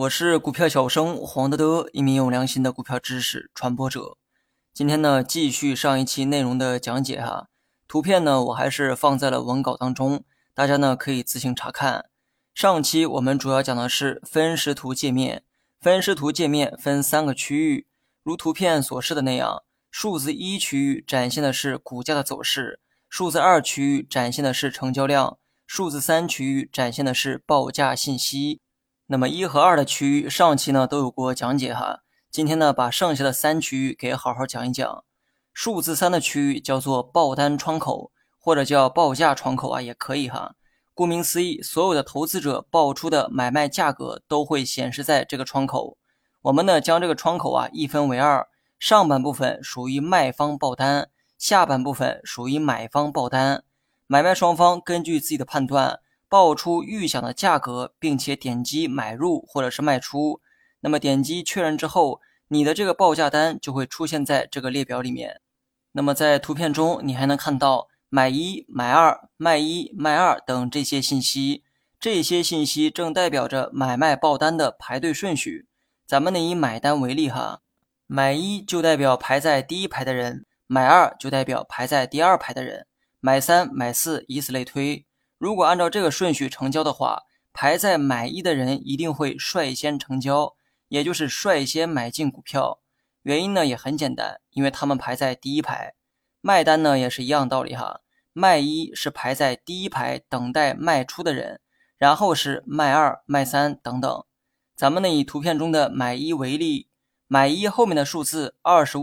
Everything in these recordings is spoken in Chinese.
我是股票小生黄德德，一名有良心的股票知识传播者。今天呢，继续上一期内容的讲解哈。图片呢，我还是放在了文稿当中，大家呢可以自行查看。上期我们主要讲的是分时图界面，分时图界面分3个区域，如图片所示的那样，数字1区域展现的是股价的走势，数字2区域展现的是成交量，数字3区域展现的是报价信息。那么1和2的区域上期呢都有过讲解哈，今天呢把剩下的3区域给好好讲一讲。数字3的区域叫做报单窗口，或者叫报价窗口也可以哈。顾名思义，所有的投资者报出的买卖价格都会显示在这个窗口。我们呢将这个窗口一分为2，上半部分属于卖方报单，下半部分属于买方报单。买卖双方根据自己的判断报出预想的价格，并且点击买入或者是卖出。那么点击确认之后，你的这个报价单就会出现在这个列表里面。那么在图片中你还能看到买1、买2、卖1、卖2等这些信息，这些信息正代表着买卖报单的排队顺序。咱们以买单为例哈，买1就代表排在第1排的人，买2就代表排在第2排的人，买3、买4以此类推。如果按照这个顺序成交的话，排在买1的人一定会率先成交，也就是率先买进股票。原因呢也很简单，因为他们排在第1排。卖单呢也是一样道理哈，卖1是排在第1排等待卖出的人，然后是卖2、卖3等等。咱们以图片中的买1为例，买1后面的数字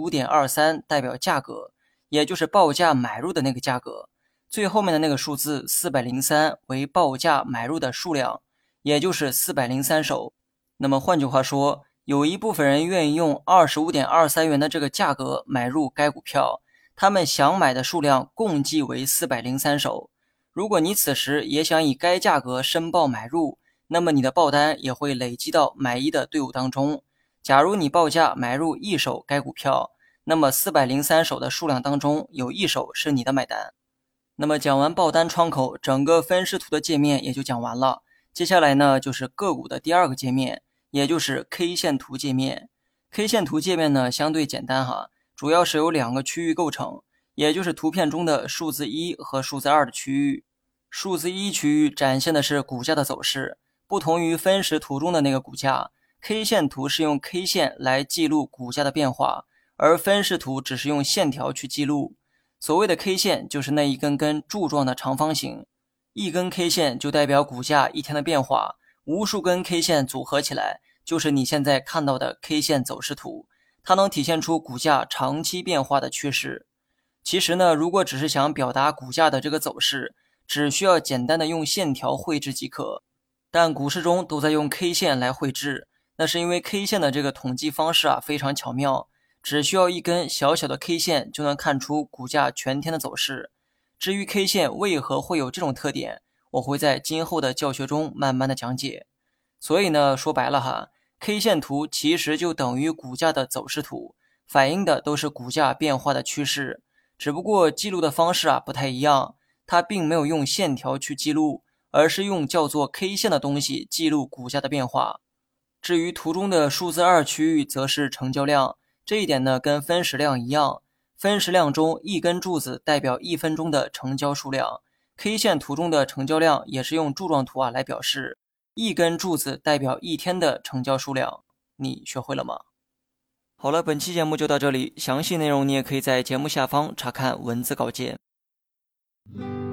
25.23 代表价格，也就是报价买入的那个价格。最后面的那个数字403为报价买入的数量，也就是403手。那么换句话说，有一部分人愿意用 25.23 元的这个价格买入该股票，他们想买的数量共计为403手。如果你此时也想以该价格申报买入，那么你的报单也会累积到买1的队伍当中。假如你报价买入1手该股票，那么403手的数量当中有1手是你的买单。那么讲完报单窗口，整个分时图的界面也就讲完了。接下来呢就是个股的第2个界面，也就是 K 线图界面。K 线图界面呢相对简单哈，主要是由2个区域构成，也就是图片中的数字1和数字2的区域。数字1区域展现的是股价的走势，不同于分时图中的那个股价， K 线图是用 K 线来记录股价的变化，而分时图只是用线条去记录。所谓的 K 线就是那一根根柱状的长方形，一根 K 线就代表股价一天的变化，无数根 K 线组合起来就是你现在看到的 K 线走势图，它能体现出股价长期变化的趋势。其实呢，如果只是想表达股价的这个走势，只需要简单的用线条绘制即可，但股市中都在用 K 线来绘制，那是因为 K 线的这个统计方式非常巧妙，只需要一根小小的 K 线就能看出股价全天的走势。至于 K 线为何会有这种特点，我会在今后的教学中慢慢的讲解。所以呢，说白了哈， K 线图其实就等于股价的走势图，反映的都是股价变化的趋势，只不过记录的方式不太一样，它并没有用线条去记录，而是用叫做 K 线的东西记录股价的变化。至于图中的数字2区域则是成交量，这一点呢跟分时量一样，分时量中一根柱子代表1分钟的成交数量， K 线图中的成交量也是用柱状图来表示，一根柱子代表1天的成交数量。你学会了吗？好了，本期节目就到这里，详细内容你也可以在节目下方查看文字稿件。